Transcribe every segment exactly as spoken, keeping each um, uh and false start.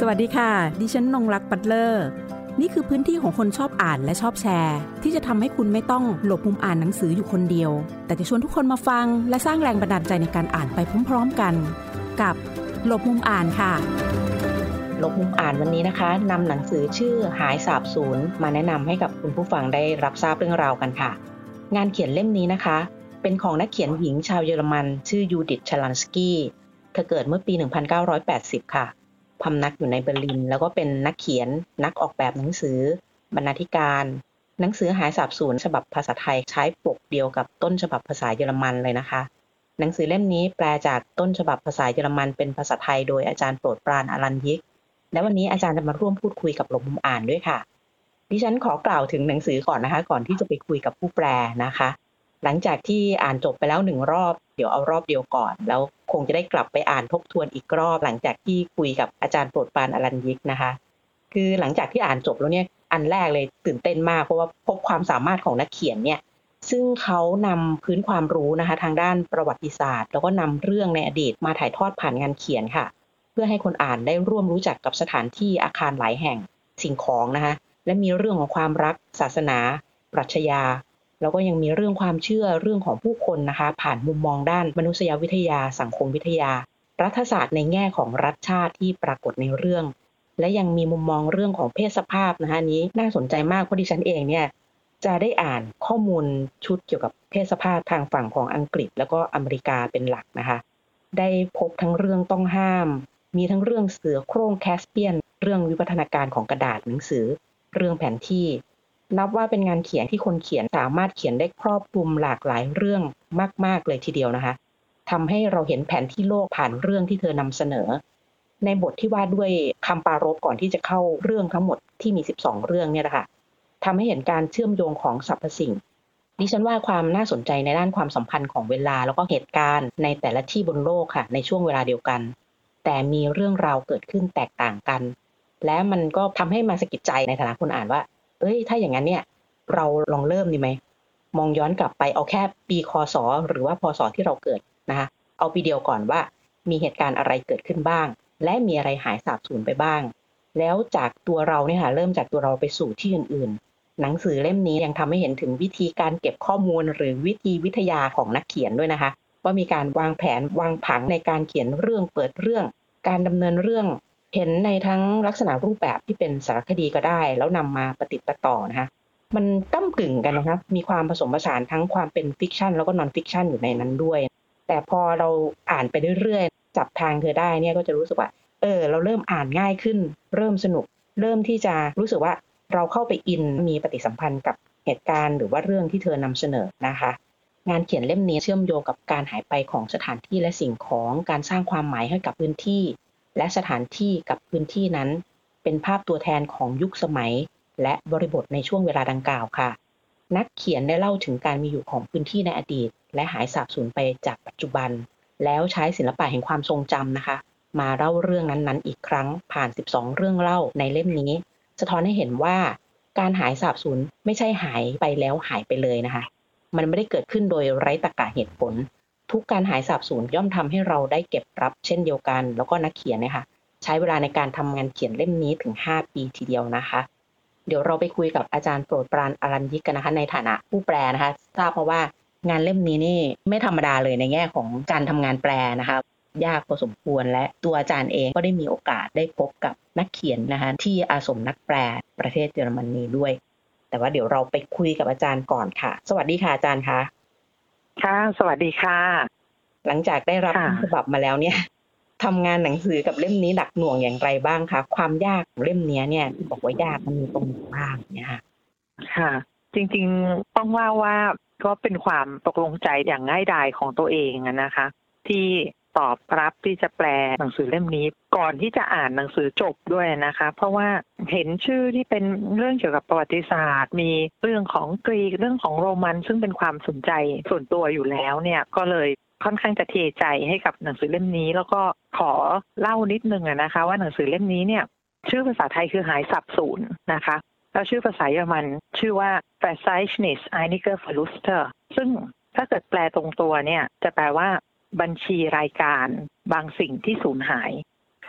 สวัสดีค่ะดิฉันนงรักปัตเลอร์นี่คือพื้นที่ของคนชอบอ่านและชอบแชร์ที่จะทำให้คุณไม่ต้องหลบมุมอ่านหนังสืออยู่คนเดียวแต่จะชวนทุกคนมาฟังและสร้างแรงบันดาลใจในการอ่านไปพร้อมๆกันกับหลบมุมอ่านค่ะหลบมุมอ่านวันนี้นะคะนำหนังสือชื่อหายสาบสูญมาแนะนำให้กับคุณผู้ฟังได้รับทราบเรื่องราวกันค่ะงานเขียนเล่มนี้นะคะเป็นของนักเขียนหญิงชาวเยอรมันชื่อยูดิธ ชลันสกี้เธอเกิดเมื่อปีหนึ่งพันเก้าร้อยแปดสิบค่ะพำนักอยู่ในเบอร์ลินแล้วก็เป็นนักเขียนนักออกแบบหนังสือบรรณาธิการหนังสือหายสาบสูญฉบับภาษาไทยใช้ปกเดียวกับต้นฉบับภาษาเยอรมันเลยนะคะหนังสือเล่มนี้แปลจากต้นฉบับภาษาเยอรมันเป็นภาษาไทยโดยอาจารย์โปรดปรานอรัญยิกและวันนี้อาจารย์จะมาร่วมพูดคุยกับหลบมุมอ่านด้วยค่ะดิฉันขอกล่าวถึงหนังสือก่อนนะคะก่อนที่จะไปคุยกับผู้แปลนะคะหลังจากที่อ่านจบไปแล้วหนึ่งรอบเดี๋ยวเอารอบเดียวก่อนแล้วคงจะได้กลับไปอ่านทบทวนอีกรอบหลังจากที่คุยกับอาจารย์โปรดปรานอรัญยิกนะคะคือหลังจากที่อ่านจบแล้วเนี่ยอันแรกเลยตื่นเต้นมากเพราะว่าพบความสามารถของนักเขียนเนี่ยซึ่งเขานำพื้นความรู้นะคะทางด้านประวัติศาสตร์แล้วก็นำเรื่องในอดีตมาถ่ายทอดผ่านงานเขียนค่ะเพื่อให้คนอ่านได้ร่วมรู้จักกับสถานที่อาคารหลายแห่งสิ่งของนะคะและมีเรื่องของความรักศาสนาปรัชญาแล้วก็ยังมีเรื่องความเชื่อเรื่องของผู้คนนะคะผ่านมุมมองด้านมนุษยวิทยาสังคมวิทยารัฐศาสตร์ในแง่ของรัฐชาติที่ปรากฏในเรื่องและยังมีมุมมองเรื่องของเพศสภาพนะคะนี้น่าสนใจมากเพราะดิฉันเองเนี่ยจะได้อ่านข้อมูลชุดเกี่ยวกับเพศสภาพทางฝั่งของอังกฤษแล้วก็อเมริกาเป็นหลักนะคะได้พบทั้งเรื่องต้องห้ามมีทั้งเรื่องเสือโคร่งแคสเปียนเรื่องวิวัฒนาการของกระดาษหนังสือเรื่องแผนที่นับว่าเป็นงานเขียนที่คนเขียนสามารถเขียนได้ครอบคลุมหลากหลายเรื่องมากๆเลยทีเดียวนะคะทำให้เราเห็นแผนที่โลกผ่านเรื่องที่เธอนำเสนอในบทที่ว่าด้วยคำปรารภก่อนที่จะเข้าเรื่องทั้งหมดที่มีสิบสองเรื่องเนี่ยนะคะทำให้เห็นการเชื่อมโยงของสรรพสิ่งดิฉันว่าความน่าสนใจในด้านความสัมพันธ์ของเวลาแล้วก็เหตุการณ์ในแต่ละที่บนโลกค่ะในช่วงเวลาเดียวกันแต่มีเรื่องราวเกิดขึ้นแตกต่างกันและมันก็ทำให้มาสะกิดใจในฐานะคนอ่านว่าเอ้ยถ้าอย่างนั้นเนี่ยเราลองเริ่มดีไหมมองย้อนกลับไปเอาแค่ปีคศหรือว่าพศที่เราเกิดนะคะเอาปีเดียวก่อนว่ามีเหตุการณ์อะไรเกิดขึ้นบ้างและมีอะไรหายสาบสูญไปบ้างแล้วจากตัวเราเนี่ยค่ะเริ่มจากตัวเราไปสู่ที่อื่นๆหนังสือเล่มนี้ยังทำให้เห็นถึงวิธีการเก็บข้อมูลหรือวิธีวิทยาของนักเขียนด้วยนะคะว่ามีการวางแผนวางผังในการเขียนเรื่องเปิดเรื่องการดำเนินเรื่องเห็นในทั้งลักษณะรูปแบบที่เป็นสารคดีก็ได้แล้วนำมาประติดประต่อนะคะมันก้ำกึ่งกันนะคะมีความผสมผสานทั้งความเป็นฟิกชันแล้วก็นอนฟิกชันอยู่ในนั้นด้วยแต่พอเราอ่านไปเรื่อยๆจับทางเธอได้เนี่ยก็จะรู้สึกว่าเออเราเริ่มอ่านง่ายขึ้นเริ่มสนุกเริ่มที่จะรู้สึกว่าเราเข้าไปอินมีปฏิสัมพันธ์กับเหตุการณ์หรือว่าเรื่องที่เธอนำเสนอนะคะงานเขียนเล่มนี้เชื่อมโยงกับการหายไปของสถานที่และสิ่งของการสร้างความหมายให้กับพื้นที่และสถานที่กับพื้นที่นั้นเป็นภาพตัวแทนของยุคสมัยและบริบทในช่วงเวลาดังกล่าวค่ะนักเขียนได้เล่าถึงการมีอยู่ของพื้นที่ในอดีตและหายสาบสูญไปจากปัจจุบันแล้วใช้ศิลปะแห่งความทรงจำนะคะมาเล่าเรื่องนั้นๆอีกครั้งผ่านสิบสองเรื่องเล่าในเล่มนี้สะท้อนให้เห็นว่าการหายสาบสูญไม่ใช่หายไปแล้วหายไปเลยนะคะมันไม่ได้เกิดขึ้นโดยไร้ตรรกะเหตุผลทุกการหายสาบสูญย่อมทำให้เราได้เก็บรับเช่นเดียวกันแล้วก็นักเขียนเนี่ยค่ะใช้เวลาในการทำงานเขียนเล่มนี้ถึงห้าปีทีเดียวนะคะเดี๋ยวเราไปคุยกับอาจารย์โปรดปรานอรัญยิกกันนะคะในฐานะผู้แปลนะคะทราบมาว่างานเล่มนี้นี่ไม่ธรรมดาเลยในแง่ของการทำงานแปลนะคะยากพอสมควรและตัวอาจารย์เองก็ได้มีโอกาสได้พบกับนักเขียนนะคะที่อาสมนักแปลประเทศเยอรมนีด้วยแต่ว่าเดี๋ยวเราไปคุยกับอาจารย์ก่อนค่ะสวัสดีค่ะอาจารย์คะค่ะสวัสดีค่ะหลังจากได้รับฉบับมาแล้วเนี่ยทำงานหนังสือกับเล่มนี้หนักหน่วงอย่างไรบ้างคะความยากของเล่มนี้เนี่ยที่บอกว่ายากมันมีตรงไหนบ้างเนี่ยค่ะค่ะจริงๆต้องว่าว่าก็เป็นความตกลงใจอย่างง่ายดายของตัวเองนะคะที่ตอบรับที่จะแปลหนังสือเล่มนี้ก่อนที่จะอ่านหนังสือจบด้วยนะคะเพราะว่าเห็นชื่อที่เป็นเรื่องเกี่ยวกับประวัติศาสตร์มีเรื่องของกรีกเรื่องของโรมันซึ่งเป็นความสนใจส่วนตัวอยู่แล้วเนี่ยก็เลยค่อนข้างจะเทใจให้กับหนังสือเล่มนี้แล้วก็ขอเล่านิดนึงนะคะว่าหนังสือเล่มนี้เนี่ยชื่อภาษาไทยคือหายสาบสูญนะคะแล้วชื่อภาษาเยอรมันชื่อว่า Verzeichnis einiger Verluste ซึ่งถ้าเกิดแปลตรงตัวเนี่ยจะแปลว่าบัญชีรายการบางสิ่งที่สูญหายค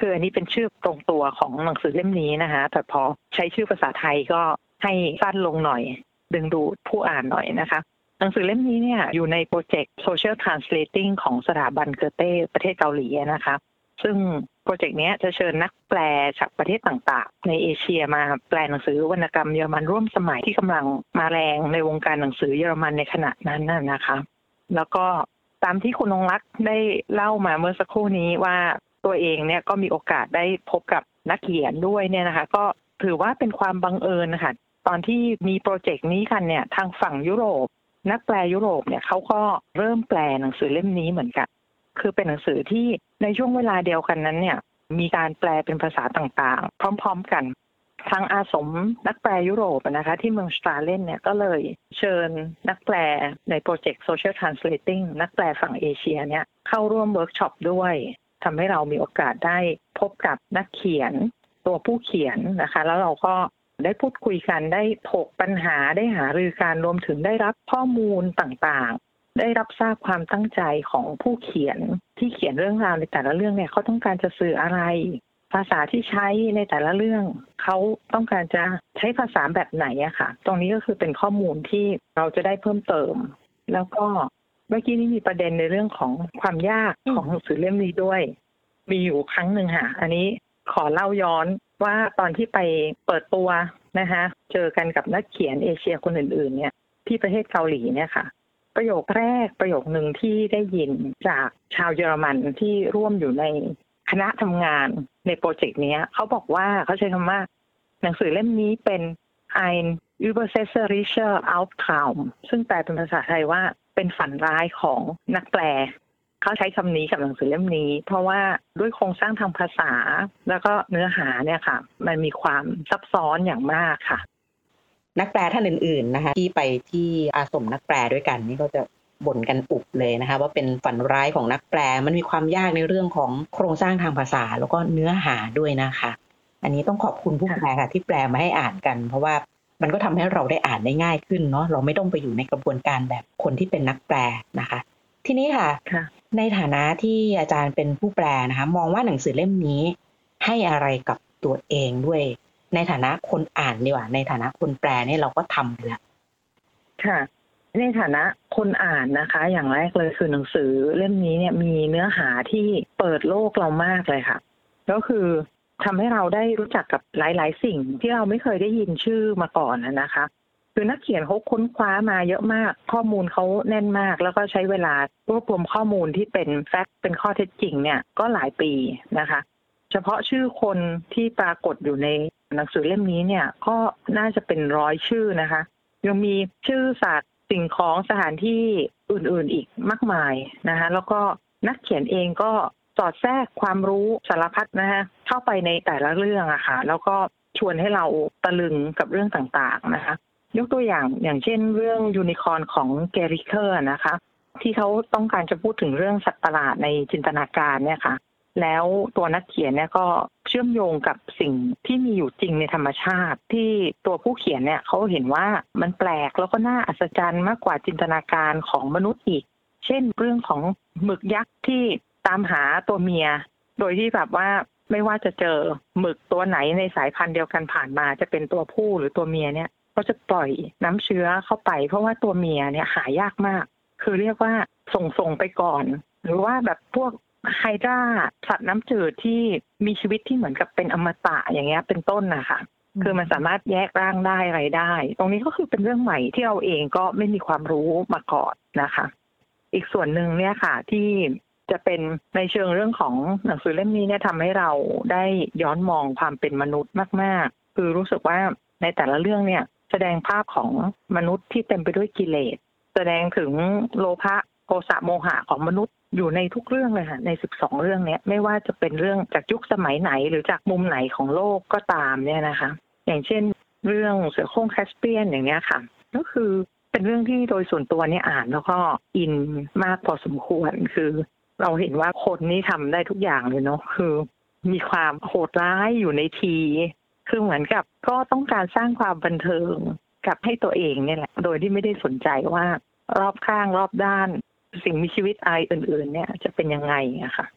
คืออันนี้เป็นชื่อตรงตัวของหนังสือเล่มนี้นะคะแต่พอใช้ชื่อภาษาไทยก็ให้สั้นลงหน่อยดึงดูดผู้อ่านหน่อยนะคะหนังสือเล่มนี้เนี่ยอยู่ในโปรเจกต์ Social Translating ของสถาบันเกอเต้ประเทศเกาหลีนะคะซึ่งโปรเจกต์นี้จะเชิญนักแปลจากประเทศต่างๆในเอเชียมาแปลหนังสือวรรณกรรมเยอรมันร่วมสมัยที่กำลังมาแรงในวงการหนังสือเยอรมันในขณะนั้นน่ะนะคะแล้วก็ตามที่คุณนงรักได้เล่ามาเมื่อสักครู่นี้ว่าตัวเองเนี่ยก็มีโอกาสได้พบกับนักเขียนด้วยเนี่ยนะคะก็ถือว่าเป็นความบังเอิญนะคะตอนที่มีโปรเจกต์นี้กันเนี่ยทางฝั่งยุโรปนักแปลยุโรปเนี่ยเขาก็เริ่มแปลหนังสือเล่มนี้เหมือนกันคือเป็นหนังสือที่ในช่วงเวลาเดียวกันนั้นเนี่ยมีการแปลเป็นภาษาต่างๆพร้อมๆกันทางอาสมนักแปลยุโรปนะคะที่เมืองสตราเลนเนี่ยก็เลยเชิญนักแปลในโปรเจกต์ Social Translating นักแปลฝั่งเอเชียเนี่ยเข้าร่วมเวิร์กช็อปด้วยทำให้เรามีโอกาสได้พบกับนักเขียนตัวผู้เขียนนะคะแล้วเราก็ได้พูดคุยกันได้ถกปัญหาได้หารือการรวมถึงได้รับข้อมูลต่างๆได้รับทราบความตั้งใจของผู้เขียนที่เขียนเรื่องราวในแต่ละเรื่องเนี่ยเขาต้องการจะสื่ออะไรภาษาที่ใช้ในแต่ละเรื่องเขาต้องการจะใช้ภาษาแบบไหนอะค่ะตรงนี้ก็คือเป็นข้อมูลที่เราจะได้เพิ่มเติมแล้วก็เมื่อกี้นี้มีประเด็นในเรื่องของความยากของหนังสือเล่มนี้ด้วยมีอยู่ครั้งหนึ่งค่ะอันนี้ขอเล่าย้อนว่าตอนที่ไปเปิดตัวนะคะเจอกันกับนักเขียนเอเชียคนอื่นๆเนี่ยที่ประเทศเกาหลีเนี่ยค่ะประโยคแรกประโยคนึงที่ได้ยินจากชาวเยอรมันที่ร่วมอยู่ในคณะทำงานในโปรเจกต์นี้เขาบอกว่าเขาใช้คำว่าหนังสือเล่มนี้เป็น ein übersetzerischer Albtraum ซึ่งแปลเป็นภาษาไทยว่าเป็นฝันร้ายของนักแปลเขาใช้คำนี้กับหนังสือเล่มนี้เพราะว่าด้วยโครงสร้างทางภาษาแล้วก็เนื้อหาเนี่ยค่ะมันมีความซับซ้อนอย่างมากค่ะนักแปลท่านอื่นๆนะคะที่ไปที่อาสมนักแปลด้วยกันนี่ก็จะบ่นกันอุบเลยนะคะว่าเป็นฝันร้ายของนักแปลมันมีความยากในเรื่องของโครงสร้างทางภาษาแล้วก็เนื้อหาด้วยนะคะอันนี้ต้องขอบคุณผู้แปลค่ะที่แปลมาให้อ่านกันเพราะว่ามันก็ทำให้เราได้อ่านได้ง่ายขึ้นเนาะเราไม่ต้องไปอยู่ในกระบวนการแบบคนที่เป็นนักแปลนะคะทีนี้ค่ะในฐานะที่อาจารย์เป็นผู้แปลนะคะมองว่าหนังสือเล่มนี้ให้อะไรกับตัวเองด้วยในฐานะคนอ่านดีกว่าในฐานะคนแปลเนี่ยเราก็ทำไปแล้วค่ะในฐานะคนอ่านนะคะอย่างแรกเลยคือหนังสือเล่มนี้เนี่ยมีเนื้อหาที่เปิดโลกเรามากเลยค่ะก็คือทำให้เราได้รู้จักกับหลายๆสิ่งที่เราไม่เคยได้ยินชื่อมาก่อนนะคะคือนักเขียนเขาค้นคว้ามาเยอะมากข้อมูลเขาแน่นมากแล้วก็ใช้เวลารวบรวมข้อมูลที่เป็นแฟกต์เป็นข้อเท็จจริงเนี่ยก็หลายปีนะคะเฉพาะชื่อคนที่ปรากฏอยู่ในหนังสือเล่มนี้เนี่ยก็น่าจะเป็นร้อยชื่อนะคะยังมีชื่อสัตว์สิ่งของสถานที่อื่นๆอีกมากมายนะคะแล้วก็นักเขียนเองก็สอดแทรกความรู้สารพัดนะคะเข้าไปในแต่ละเรื่องอะค่ะแล้วก็ชวนให้เราตะลึงกับเรื่องต่างๆนะคะยกตัวอย่างอย่างเช่นเรื่องยูนิคอร์นของเกริเคอร์นะคะที่เขาต้องการจะพูดถึงเรื่องสัตว์ประหลาดในจินตนาการเนี่ยค่ะแล้วตัวนักเขียนเนี่ยก็เชื่อมโยงกับสิ่งที่มีอยู่จริงในธรรมชาติที่ตัวผู้เขียนเนี่ยเขาเห็นว่ามันแปลกแล้วก็น่าอัศจรรย์มากกว่าจินตนาการของมนุษย์อีกเช่นเรื่องของหมึกยักษ์ที่ตามหาตัวเมียโดยที่แบบว่าไม่ว่าจะเจอหมึกตัวไหนในสายพันธุ์เดียวกันผ่านมาจะเป็นตัวผู้หรือตัวเมียเนี่ยก็จะปล่อยน้ำเชื้อเข้าไปเพราะว่าตัวเมียเนี่ยหายากมากคือเรียกว่าส่งส่งไปก่อนหรือว่าแบบพวกไฮดราสัตว์น้ำจืดที่มีชีวิตที่เหมือนกับเป็นอมตะอย่างเงี้ยเป็นต้นนะคะคือมันสามารถแยกร่างได้อะไรได้ตรงนี้ก็คือเป็นเรื่องใหม่ที่เราเองก็ไม่มีความรู้มาก่อนนะคะอีกส่วนหนึ่งเนี่ยค่ะที่จะเป็นในเชิงเรื่องของหนังสือเล่มนี้เนี่ยทำให้เราได้ย้อนมองความเป็นมนุษย์มากๆคือรู้สึกว่าในแต่ละเรื่องเนี่ยแสดงภาพของมนุษย์ที่เต็มไปด้วยกิเลสแสดงถึงโลภะโทสะโมหะของมนุษย์อยู่ในทุกเรื่องเลยค่ะในสิบสองเรื่องนี้ไม่ว่าจะเป็นเรื่องจากยุคสมัยไหนหรือจากมุมไหนของโลกก็ตามเนี่ยนะคะอย่างเช่นเรื่องเสือโคร่งแคสเปียนอย่างเนี้ยค่ะก็คือเป็นเรื่องที่โดยส่วนตัวเนี่ยอ่านแล้วก็อินมากพอสมควรคือเราเห็นว่าคนนี้ทำได้ทุกอย่างเลยเนาะคือมีความโหดร้ายอยู่ในทีคือเหมือนกับก็ต้องการสร้างความบันเทิงกับให้ตัวเองเนี่ยแหละโดยที่ไม่ได้สนใจว่ารอบข้างรอบด้านสิ่งมีชีวิตอะไรอื่นๆเนี่ยจะเป็นยังไงอะค่ะ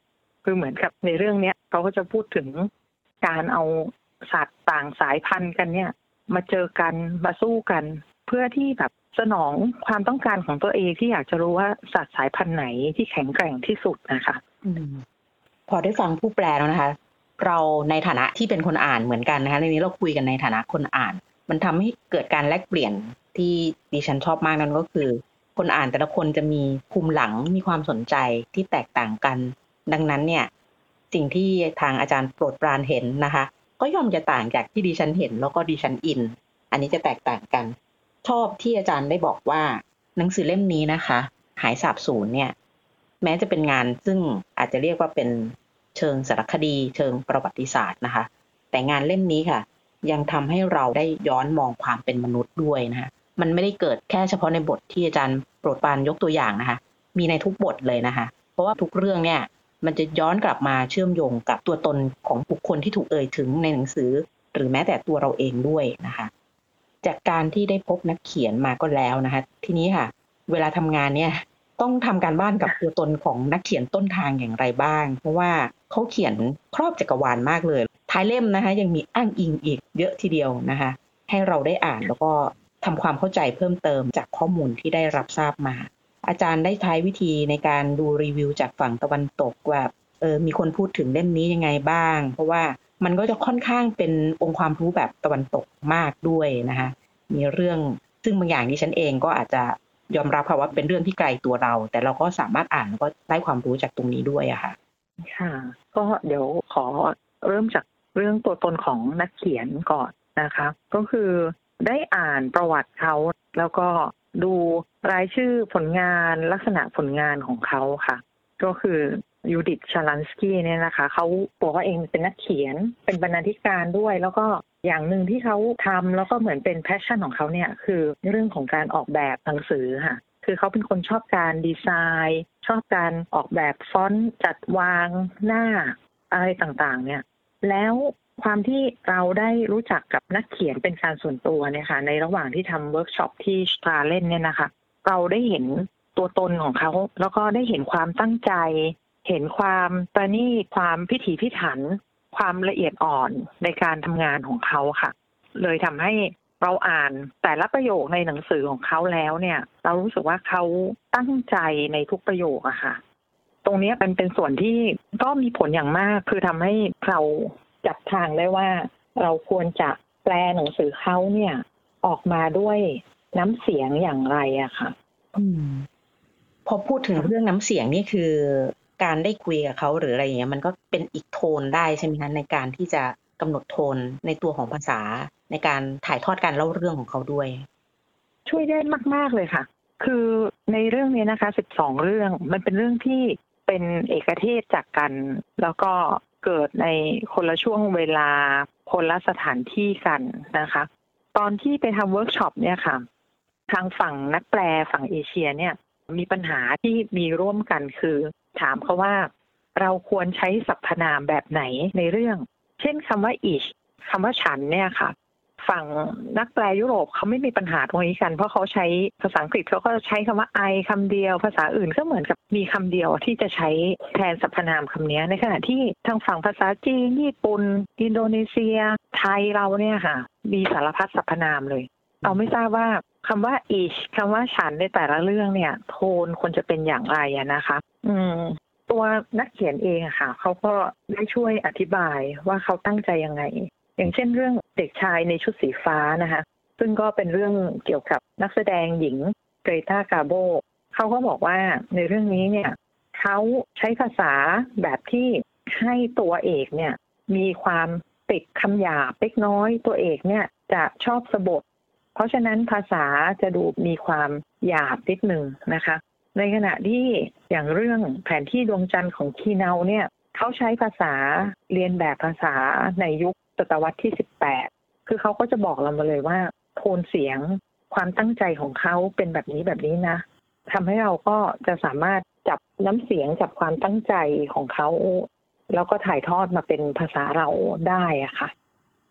คือเหมือนกับในเรื่องนี้เขาก็จะพูดถึงการเอาสัตว์ต่างสายพันธุ์กันเนี่ยมาเจอกันมาสู้กันเพื่อที่แบบสนองความต้องการของตัวเองที่อยากจะรู้ว่าสัตว์สายพันธุ์ไหนที่แข็งแกร่งที่สุดนะคะอืมพอได้ฟังผู้แปลแล้วนะคะเราในฐานะที่เป็นคนอ่านเหมือนกันนะคะในนี้เราคุยกันในฐานะคนอ่านมันทำให้เกิดการแลกเปลี่ยนที่ดิฉันชอบมากนั่นก็คือคนอ่านแต่ละคนจะมีภูมิหลังมีความสนใจที่แตกต่างกันดังนั้นเนี่ยสิ่งที่ทางอาจารย์โปรดปรานเห็นนะคะก็ย่อมจะต่างจากที่ดิฉันเห็นแล้วก็ดิฉันอินอันนี้จะแตกต่างกันชอบที่อาจารย์ได้บอกว่าหนังสือเล่มนี้นะคะหายสาบสูญเนี่ยแม้จะเป็นงานซึ่งอาจจะเรียกว่าเป็นเชิงสารคดีเชิงประวัติศาสตร์นะคะแต่งานเล่มนี้ค่ะยังทำให้เราได้ย้อนมองความเป็นมนุษย์ด้วยนะคะมันไม่ได้เกิดแค่เฉพาะในบทที่อาจารย์โปรดปรานยกตัวอย่างนะคะมีในทุกบทเลยนะคะเพราะว่าทุกเรื่องเนี่ยมันจะย้อนกลับมาเชื่อมโยงกับตัวตนของบุคคลที่ถูกเอ่ยถึงในหนังสือหรือแม้แต่ตัวเราเองด้วยนะคะจากการที่ได้พบนักเขียนมาก็แล้วนะคะทีนี้ค่ะเวลาทำงานเนี่ยต้องทำการบ้านกับตัวตนของนักเขียนต้นทางอย่างไรบ้างเพราะว่าเขาเขียนครอบจักรวาลมากเลยท้ายเล่มนะคะยังมีอ้างอิงอีกเยอะทีเดียวนะคะให้เราได้อ่านแล้วก็ทำความเข้าใจเพิ่มเติมจากข้อมูลที่ได้รับทราบมาอาจารย์ได้ใช้วิธีในการดูรีวิวจากฝั่งตะวันตกว่าเออมีคนพูดถึงเล่มนี้ยังไงบ้างเพราะว่ามันก็จะค่อนข้างเป็นองค์ความรู้แบบตะวันตกมากด้วยนะคะมีเรื่องซึ่งบางอย่างที่ฉันเองก็อาจจะยอมรับค่ะว่าเป็นเรื่องที่ไกลตัวเราแต่เราก็สามารถอ่านแล้วก็ได้ความรู้จากตรงนี้ด้วยอะค่ะค่ะก็เดี๋ยวขอเริ่มจากเรื่องตัวตนของนักเขียนก่อนนะคะก็คือได้อ่านประวัติเขาแล้วก็ดูรายชื่อผลงานลักษณะผลงานของเขาค่ะก็คือยูดิธ ชาลันสกี้เนี่ยนะคะเขาบอกว่าเองเป็นนักเขียนเป็นบรรณาธิการด้วยแล้วก็อย่างหนึ่งที่เขาทำแล้วก็เหมือนเป็นแพชชั่นของเขาเนี่ยคือเรื่องของการออกแบบหนังสือค่ะคือเขาเป็นคนชอบการดีไซน์ชอบการออกแบบฟอนต์จัดวางหน้าอะไรต่างๆเนี่ยแล้วความที่เราได้รู้จักกับนักเขียนเป็นการส่วนตัวเนี่ยค่ะในระหว่างที่ทำเวิร์กช็อปที่สตราเล่นเนี่ยนะคะเราได้เห็นตัวตนของเขาแล้วก็ได้เห็นความตั้งใจเห็นความประณีตความพิถีพิถันความละเอียดอ่อนในการทำงานของเขาค่ะเลยทำให้เราอ่านแต่ละประโยคในหนังสือของเขาแล้วเนี่ยเรารู้สึกว่าเขาตั้งใจในทุกประโยคอะค่ะตรงนี้เป็นเป็นส่วนที่ก็มีผลอย่างมากคือทำให้เราจับทางได้ว่าเราควรจะแปลหนังสือเขาเนี่ยออกมาด้วยน้ำเสียงอย่างไรอะค่ะอืมพอพูดถึงเรื่องน้ำเสียงนี่คือการได้คุยกับเขาหรืออะไรอย่างเงี้ยมันก็เป็นอีกโทนได้ใช่ไหมคะในการที่จะกำหนดโทนในตัวของภาษาในการถ่ายทอดการเล่าเรื่องของเขาด้วยช่วยได้มากๆเลยค่ะคือในเรื่องนี้นะคะสิบสองเรื่องมันเป็นเรื่องที่เป็นเอกเทศจากกันแล้วก็เกิดในคนละช่วงเวลาคนละสถานที่กันนะคะตอนที่ไปทำเวิร์กช็อปเนี่ยค่ะทางฝั่งนักแปลฝั่งเอเชียเนี่ยมีปัญหาที่มีร่วมกันคือถามเขาว่าเราควรใช้สรรพนามแบบไหนในเรื่องเช่นคำว่า each คำว่าฉันเนี่ยค่ะฝั่งนักแปลยุโรปเขาไม่มีปัญหาตรงนี้กันเพราะเขาใช้ภาษาอังกฤษเขาก็ใช้คำว่า I คำเดียวภาษาอื่นก็เหมือนกับมีคำเดียวที่จะใช้แทนสรรพนามคำนี้ในขณะที่ทางฝั่งภาษาจีนญี่ปุ่นอินโดนีเซียไทยเราเนี่ยค่ะมีสารพัดสรรพนามเลยเราไม่ทราบว่าคำว่า each คำว่าฉันในแต่ละเรื่องเนี่ยโทนควรจะเป็นอย่างไรอะนะคะอืมตัวนักเขียนเองอะค่ะเขาก็ได้ช่วยอธิบายว่าเขาตั้งใจยังไงอย่างเช่นเรื่องเด็กชายในชุดสีฟ้านะคะซึ่งก็เป็นเรื่องเกี่ยวกับนักแสดงหญิงเกรตากาโบเขาก็บอกว่าในเรื่องนี้เนี่ยเขาใช้ภาษาแบบที่ให้ตัวเอกเนี่ยมีความติดคำหยาบเล็กน้อยตัวเอกเนี่ยจะชอบสะบัดเพราะฉะนั้นภาษาจะดูมีความหยาบนิดนึงนะคะในขณะที่อย่างเรื่องแผนที่ดวงจันทร์ของคีเนาเนี่ยเขาใช้ภาษาเรียนแบบภาษาในยุคศตวรรษที่สิบแปดคือเขาก็จะบอกเรามาเลยว่าโทนเสียงความตั้งใจของเขาเป็นแบบนี้แบบนี้นะทำให้เราก็จะสามารถจับน้ำเสียงจับความตั้งใจของเขาแล้วก็ถ่ายทอดมาเป็นภาษาเราได้อะค่ะ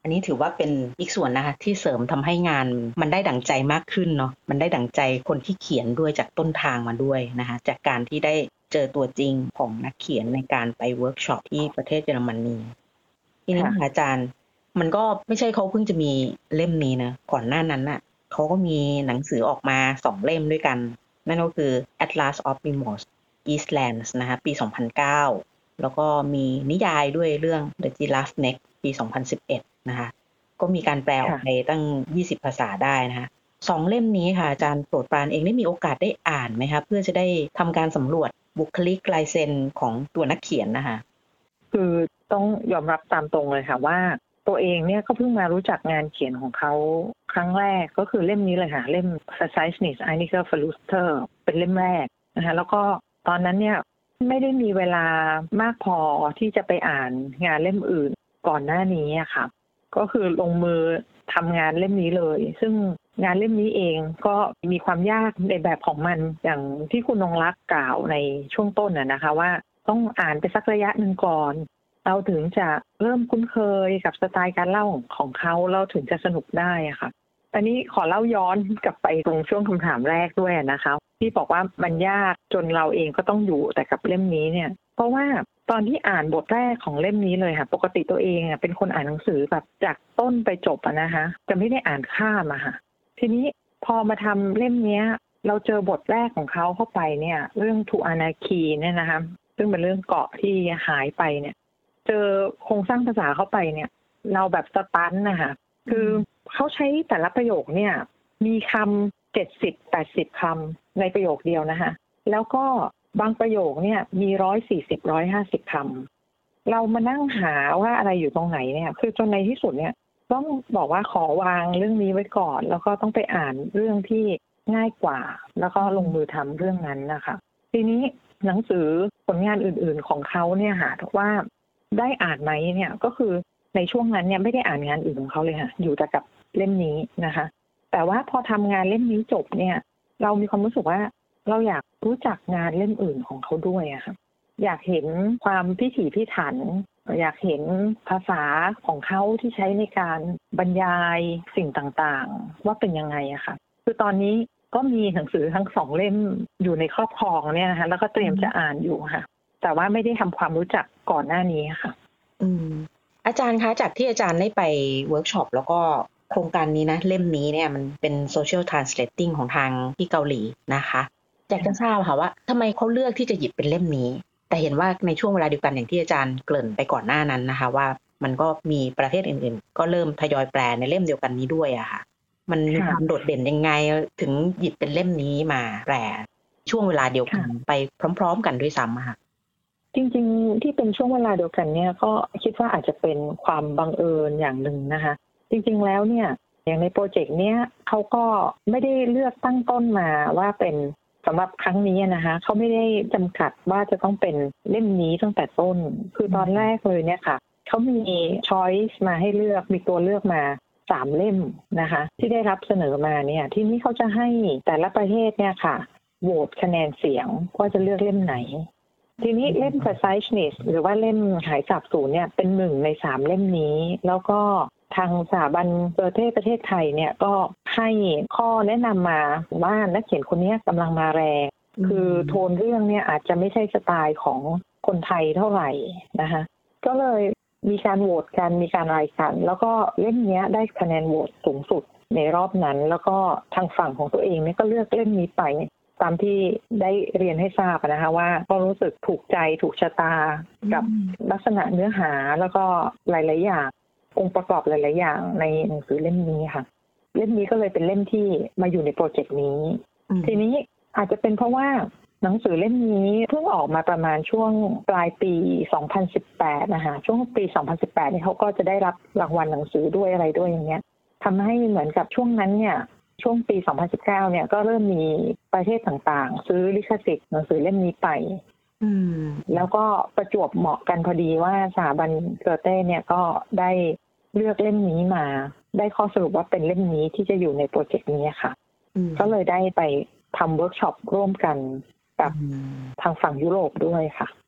อันนี้ถือว่าเป็นอีกส่วนนะคะที่เสริมทำให้งานมันได้ดั่งใจมากขึ้นเนาะมันได้ดั่งใจคนที่เขียนด้วยจากต้นทางมาด้วยนะคะจากการที่ได้เจอตัวจริงของนักเขียนในการไปเวิร์กช็อปที่ประเทศเยอรมนีทีนี้อาจารย์มันก็ไม่ใช่เขาเพิ่งจะมีเล่มนี้นะก่อนหน้านั้นน่ะเขาก็มีหนังสือออกมาสองเล่มด้วยกันนั่นก็คือ Atlas of Mimos Eastlands นะคะปีสองพันเก้าแล้วก็มีนิยายด้วยเรื่อง The Giraffe Neck ปีสองพันสิบเอ็ดนะคะก็มีการแปลออกไปตั้งยี่สิบภาษาได้นะคะสองเล่มนี้ค่ะอาจารย์โปรดปรานเองได้มีโอกาสได้อ่านไหมคะเพื่อจะได้ทำการสำรวจบุคลิกลายเซ็นของตัวนักเขียนนะคะคือต้องยอมรับตามตรงเลยค่ะว่าตัวเองเนี่ยก็เพิ่งมารู้จักงานเขียนของเขาครั้งแรกก็คือเล่มนี้เลยค่ะเล่ม Verzeichnis einiger Verluste เป็นเล่มแรกนะคะแล้วก็ตอนนั้นเนี่ยไม่ได้มีเวลามากพอที่จะไปอ่านงานเล่มอื่นก่อนหน้านี้ค่ะก็คือลงมือทำงานเล่มนี้เลยซึ่งงานเล่มนี้เองก็มีความยากในแบบของมันอย่างที่คุณนงรักกล่าวในช่วงต้นน่ะนะคะว่าต้องอ่านไปสักระยะหนึ่งก่อนเราถึงจะเริ่มคุ้นเคยกับสไตล์การเล่าของเขาเราถึงจะสนุกได้อะค่ะอันนี้ขอเล่าย้อนกลับไปตรงช่วงคำถามแรกด้วยนะคะที่บอกว่ามันยากจนเราเองก็ต้องอยู่แต่กับเล่มนี้เนี่ยเพราะว่าตอนที่อ่านบทแรกของเล่มนี้เลยค่ะปกติตัวเองเป็นคนอ่านหนังสือแบบจากต้นไปจบอะนะคะจะไม่ได้อ่านข้ามอะค่ะทีนี้พอมาทำเล่มนี้เราเจอบทแรกของเขาเข้าไปเนี่ยเรื่องทูอานาคีเนี่ยนะคะซึ่งเป็นเรื่องเกาะที่หายไปเนี่ยเจอโครงสร้างภาษาเข้าไปเนี่ยเราแบบสตันนะคะคือเขาใช้แต่ละประโยคเนี่ยมีคำเจ็ดสิบแปดสิบคำในประโยคเดียวนะคะแล้วก็บางประโยคเนี่ยมีร้อยสี่สิบร้อยห้าสิบคำเรามานั่งหาว่าอะไรอยู่ตรงไหนเนี่ยคือจนในที่สุดเนี่ยต้องบอกว่าขอวางเรื่องนี้ไว้ก่อนแล้วก็ต้องไปอ่านเรื่องที่ง่ายกว่าแล้วก็ลงมือทำเรื่องนั้นนะคะทีนี้หนังสือผลงานอื่นๆของเขาเนี่ยหาว่าได้อ่านไหมเนี่ยก็คือในช่วงนั้นเนี่ยไม่ได้อ่านงานอื่นของเขาเลยค่ะอยู่แต่กับเล่มนี้นะคะแต่ว่าพอทำงานเล่มนี้จบเนี่ยเรามีความรู้สึกว่าเราอยากรู้จักงานเล่มอื่นของเขาด้วยอะค่ะอยากเห็นความพิถีพิถันอยากเห็นภาษาของเขาที่ใช้ในการบรรยายสิ่งต่างๆว่าเป็นยังไงอะค่ะคือตอนนี้ก็มีหนังสือทั้งสองเล่มอยู่ในครอบครองเนี่ยนะคะแล้วก็เตรียมจะอ่านอยู่ค่ะแต่ว่าไม่ได้ทำความรู้จักก่อนหน้านี้ค่ะอืมอาจารย์คะจากที่อาจารย์ได้ไปเวิร์กช็อปแล้วก็โครงการนี้นะเล่มนี้เนี่ยมันเป็น social translating ของทางที่เกาหลีนะคะอยากจะทราบค่ะว่าทำไมเขาเลือกที่จะหยิบเป็นเล่มนี้แต่เห็นว่าในช่วงเวลาเดียวกันอย่างที่อาจารย์เกริ่นไปก่อนหน้านั้นนะคะว่ามันก็มีประเทศอื่นๆก็เริ่มทยอยแปลในเล่มเดียวกันนี้ด้วยอะค่ะมันมีความโดดเด่นยังไงถึงหยิบเป็นเล่มนี้มาแปลช่วงเวลาเดียวกันไปพร้อมๆกันด้วยซ้ำอะค่ะจริงๆที่เป็นช่วงเวลาเดียวกันเนี่ยก็คิดว่าอาจจะเป็นความบังเอิญอย่างหนึ่งนะคะจริงๆแล้วเนี่ยอย่างในโปรเจกต์เนี้ยเขาก็ไม่ได้เลือกตั้งต้นมาว่าเป็นสำหรับครั้งนี้นะคะเขาไม่ได้จำกัดว่าจะต้องเป็นเล่มนี้ตั้งแต่ต้นคือตอนแรกเลยเนี่ยค่ะเขามีช้อยส์มาให้เลือกมีตัวเลือกมาสามเล่มนะคะที่ได้รับเสนอมาเนี่ยที่นี้เขาจะให้แต่ละประเทศเนี่ยค่ะโหวตคะแนนเสียงว่าจะเลือกเล่มไหนทีนี้เล่ม Verzeichnis หรือว่าเล่มหายสาบสูญเนี่ยเป็นหนึ่งในสามเล่มนี้แล้วก็ทางสถาบันประเทศประเทศไทยเนี่ยก็ให้ข้อแนะนำมาว่านักเขียนคนนี้กำลังมาแรงคือโทนเรื่องเนี่ยอาจจะไม่ใช่สไตล์ของคนไทยเท่าไหร่นะคะก็เลยมีการโหวตกันมีการรายกันแล้วก็เล่มนี้ได้คะแนนโหวตสูงสุดในรอบนั้นแล้วก็ทางฝั่งของตัวเองเนี่ยก็เลือกเล่มนี้ไปตามที่ได้เรียนให้ทราบนะคะว่าก็รู้สึกถูกใจถูกชะตากับลักษณะเนื้อหาแล้วก็หลายๆอย่างองค์ประกอบหลายๆอย่างในหนังสือเล่มนี้ค่ะเล่มนี้ก็เลยเป็นเล่มที่มาอยู่ในโปรเจกต์นี้ทีนี้อาจจะเป็นเพราะว่าหนังสือเล่มนี้เพิ่งออกมาประมาณช่วงปลายปีสองพันสิบแปดนะคะช่วงปีสองพันสิบแปดนี่เขาก็จะได้รับรางวัลหนังสือด้วยอะไรด้วยอย่างเงี้ยทำให้เหมือนกับช่วงนั้นเนี่ยช่วงปีสองพันสิบเก้าเนี่ยก็เริ่มมีประเทศต่างๆซื้อลิขสิทธิ์หนังสือเล่มนี้ไปแล้วก็ประจวบเหมาะกันพอดีว่าสถาบันเกอเต้เนี่ยก็ได้เลือกเล่มนี้มาได้ข้อสรุปว่าเป็นเล่มนี้ที่จะอยู่ในโปรเจกต์นี้ค่ะก็เลยได้ไปทำเวิร์กช็อปร่วมกันกับทางฝั่งยุโรปด้วยค่ะ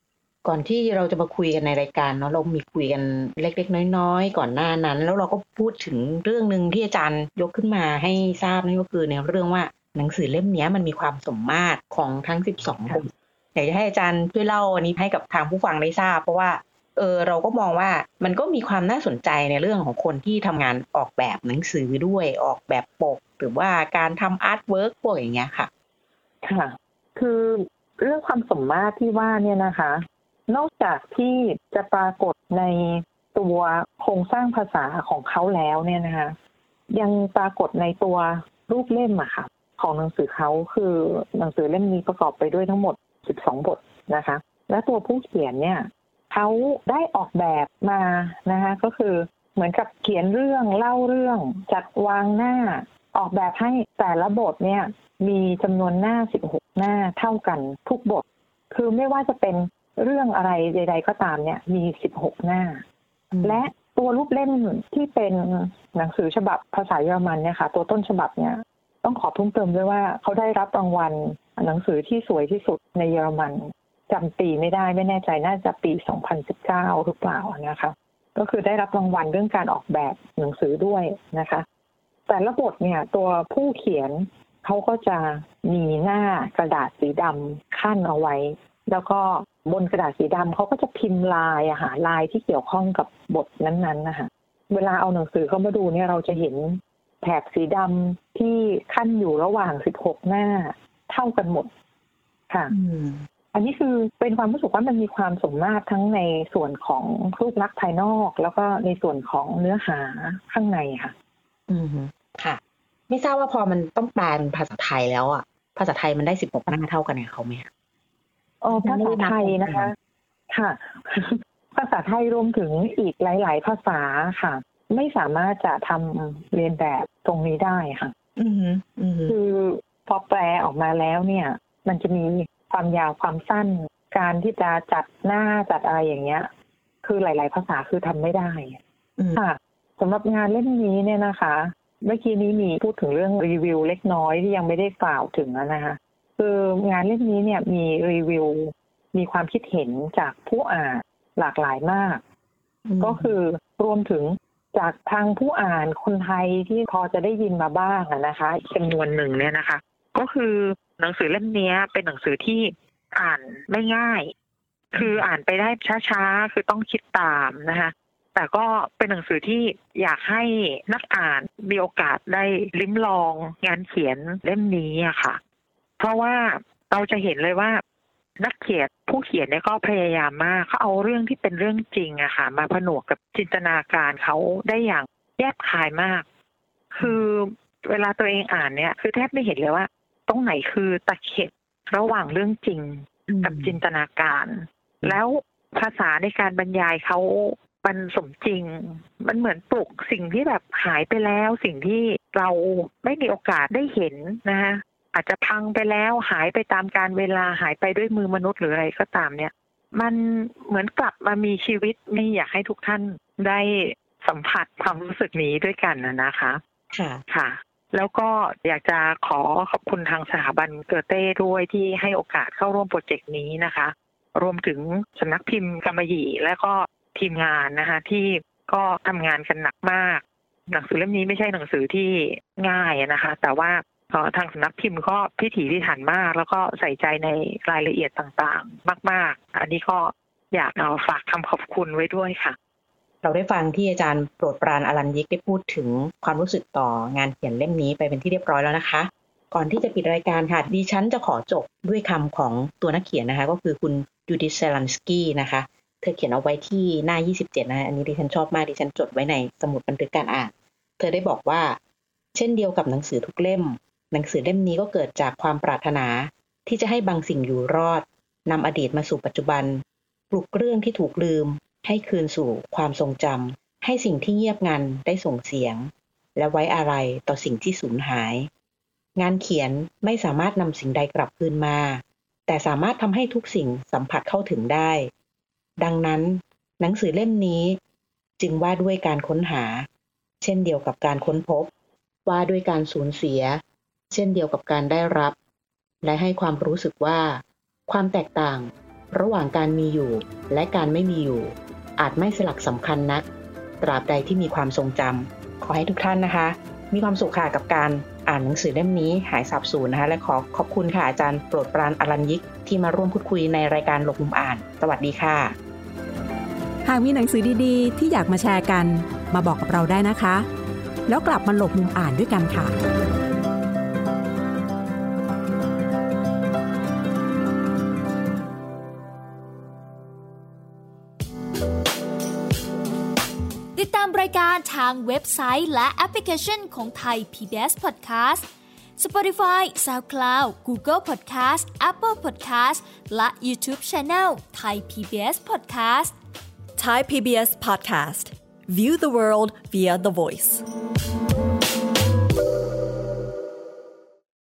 ก่อนที่เราจะมาคุยกันในรายการเนาะเรามีคุยกันเล็กๆน้อยๆก่อนหน้านั้นแล้วเราก็พูดถึงเรื่องนึงที่อาจารย์ยกขึ้นมาให้ทราบนั่นก็คือในเรื่องว่าหนังสือเล่มนี้มันมีความสมมาตรของทั้งสิบสองบทอยากจะให้อาจารย์ช่วยเล่าอันนี้ให้กับทางผู้ฟังได้ทราบเพราะว่าเออเราก็มองว่ามันก็มีความน่าสนใจในเรื่องของคนที่ทำงานออกแบบหนังสือด้วยออกแบบปกหรือว่าการทำอาร์ตเวิร์กพวกอย่างเงี้ยค่ะค่ะคือเรื่องความสมมาตรที่ว่าเนี่ยนะคะนอกจากที่จะปรากฏในตัวโครงสร้างภาษาของเขาแล้วเนี่ยนะคะยังปรากฏในตัวรูปเล่มอะค่ะของหนังสือเขาคือหนังสือเล่มนี้ประกอบไปด้วยทั้งหมดสิบสองบทนะคะและตัวผู้เขียนเนี่ยเขาได้ออกแบบมานะคะก็คือเหมือนกับเขียนเรื่องเล่าเรื่องจัดวางหน้าออกแบบให้แต่ละบทเนี่ยมีจำนวนหน้าสิบหกหน้าเท่ากันทุกบทคือไม่ว่าจะเป็นเรื่องอะไรใดๆก็ตามเนี่ยมีสิบหกหน้าและตัวรูปเล่มที่เป็นหนังสือฉบับภาษาเยอรมันเนี่ยค่ะตัวต้นฉบับเนี่ยต้องขอเพิ่มเติมด้วยว่าเขาได้รับรางวัลหนังสือที่สวยที่สุดในเยอรมันจำปีไม่ได้ไม่แน่ใจน่าจะปีสองพันสิบเก้าหรือเปล่านะคะก็คือได้รับรางวัลเรื่องการออกแบบหนังสือด้วยนะคะแต่ละบทเนี่ยตัวผู้เขียนเขาก็จะมีหน้ากระดาษสีดำขั้นเอาไว้แล้วก็บนกระดาษสีดำเขาก็จะพิมพ์ลายอะค่ะลายที่เกี่ยวข้องกับบทนั้นๆนะคะเวลาเอาหนังสือเข้ามาดูเนี่ยเราจะเห็นแถบสีดำที่ขั้นอยู่ระหว่างสิบหกหน้าเท่ากันหมดค่ะอันนี้คือเป็นความรู้สึกว่ามันมีความสมมาตรทั้งในส่วนของรูปลักษณ์ภายนอกแล้วก็ในส่วนของเนื้อหาข้างในค่ะอืมค่ะไม่ทราบว่าพอมันต้องแปลเป็นภาษาไทยแล้วอ่ะภาษาไทยมันได้สิบหกหน้าเท่ากันกับเขาไหมคะอ๋อภาษาไทยนะคะค่ะภาษาไทยรวมถึงอีกหลายๆภาษาค่ะไม่สามารถจะทำเรียนแบบตรงนี้ได้ค่ะอืออือคือพอแปลออกมาแล้วเนี่ยมันจะมีความยาวความสั้นการที่จะจัดหน้าจัดอะไรอย่างเงี้ยคือหลายๆภาษาคือทำไม่ได้ค่ะสำหรับงานเล่มนี้เนี่ยนะคะเมื่อกี้นี้มีพูดถึงเรื่องรีวิวเล็กน้อยที่ยังไม่ได้กล่าวถึงนะคะคืองานเล่มนี้เนี่ยมีรีวิวมีความคิดเห็นจากผู้อ่านหลากหลายมากก็คือรวมถึงจากทางผู้อ่านคนไทยที่พอจะได้ยินมาบ้างนะคะจำนวนหนึ่งเนี่ยนะคะก็คือหนังสือเล่มนี้เป็นหนังสือที่อ่านไม่ง่ายคืออ่านไปได้ช้าๆคือต้องคิดตามนะคะแต่ก็เป็นหนังสือที่อยากให้นักอ่านมีโอกาสได้ลิ้มลองงานเขียนเล่มนี้อะค่ะเพราะว่าเราจะเห็นเลยว่านักเขียนผู้เขียนเนี่ยก็พยายามมากเขาเอาเรื่องที่เป็นเรื่องจริงอะค่ะมาผนวกกับจินตนาการเขาได้อย่างแยบคายมากคือเวลาตัวเองอ่านเนี่ยคือแทบไม่เห็นเลยว่าตรงไหนคือตะเข็บระหว่างเรื่องจริงกับจินตนาการแล้วภาษาในการบรรยายเขามันสมจริงมันเหมือนปลุกสิ่งที่แบบหายไปแล้วสิ่งที่เราไม่มีโอกาสได้เห็นนะคะอาจจะพังไปแล้วหายไปตามกาลเวลาหายไปด้วยมือมนุษย์หรืออะไรก็ตามเนี่ยมันเหมือนกลับมามีชีวิตนี่อยากให้ทุกท่านได้สัมผัสความรู้สึกนี้ด้วยกันนะคะค่ะค่ะแล้วก็อยากจะขอขอบคุณทางสถาบันเกอเต้ด้วยที่ให้โอกาสเข้าร่วมโปรเจกต์นี้นะคะรวมถึงสำนักพิมพ์กำมะหยี่และก็ทีมงานนะคะที่ก็ทำงานกันหนักมากหนังสือเล่มนี้ไม่ใช่หนังสือที่ง่ายนะคะแต่ว่าทางสำนักพิมพ์ก็พิถีพิถันมากแล้วก็ใส่ใจในรายละเอียดต่างๆมากๆอันนี้ก็อยากเอาฝากคำขอบคุณไว้ด้วยค่ะเราได้ฟังที่อาจารย์โปรดปรานอรัญยิกได้พูดถึงความรู้สึกต่องานเขียนเล่มนี้ไปเป็นที่เรียบร้อยแล้วนะคะก่อนที่จะปิดรายการค่ะดิฉันจะขอจบด้วยคำของตัวนักเขียนนะคะก็คือคุณยูดิธ เซลันสกี้นะคะเธอเขียนเอาไว้ที่หน้ายี่สิบเจ็ดนะอันนี้ดิฉันชอบมากดิฉันจดไว้ในสมุดบันทึกการอ่านเธอได้บอกว่าเช่นเดียวกับหนังสือทุกเล่มหนังสือเล่มนี้ก็เกิดจากความปรารถนาที่จะให้บางสิ่งอยู่รอดนำอดีตมาสู่ปัจจุบันปลุกเรื่องที่ถูกลืมให้คืนสู่ความทรงจำให้สิ่งที่เงียบงันได้ส่งเสียงและไว้อาลัยต่อสิ่งที่สูญหายงานเขียนไม่สามารถนำสิ่งใดกลับคืนมาแต่สามารถทำให้ทุกสิ่งสัมผัสเข้าถึงได้ดังนั้นหนังสือเล่มนี้จึงว่าด้วยการค้นหาเช่นเดียวกับการค้นพบว่าด้วยการสูญเสียเช่นเดียวกับการได้รับและให้ความรู้สึกว่าความแตกต่างระหว่างการมีอยู่และการไม่มีอยู่อาจไม่สลักสำคัญนักตราบใดที่มีความทรงจำขอให้ทุกท่านนะคะมีความสุขค่ะกับการอ่านหนังสือเล่มนี้หายสาบสูญนะคะและขอขอบคุณค่ะอาจารย์โปรดปรานอรัญยิกที่มาร่วมพูดคุยในรายการหลบมุมอ่านสวัสดีค่ะหากมีหนังสือดีๆที่อยากมาแชร์กันมาบอกกับเราได้นะคะแล้วกลับมาหลบมุมอ่านด้วยกันค่ะติดตามรายการทางเว็บไซต์และแอปพลิเคชันของไทย พี บี เอส Podcast Spotify, SoundCloud, Google Podcast, Apple Podcast และ YouTube Channel Thai พี บี เอส Podcast Thai พี บี เอส Podcast View the world via the voice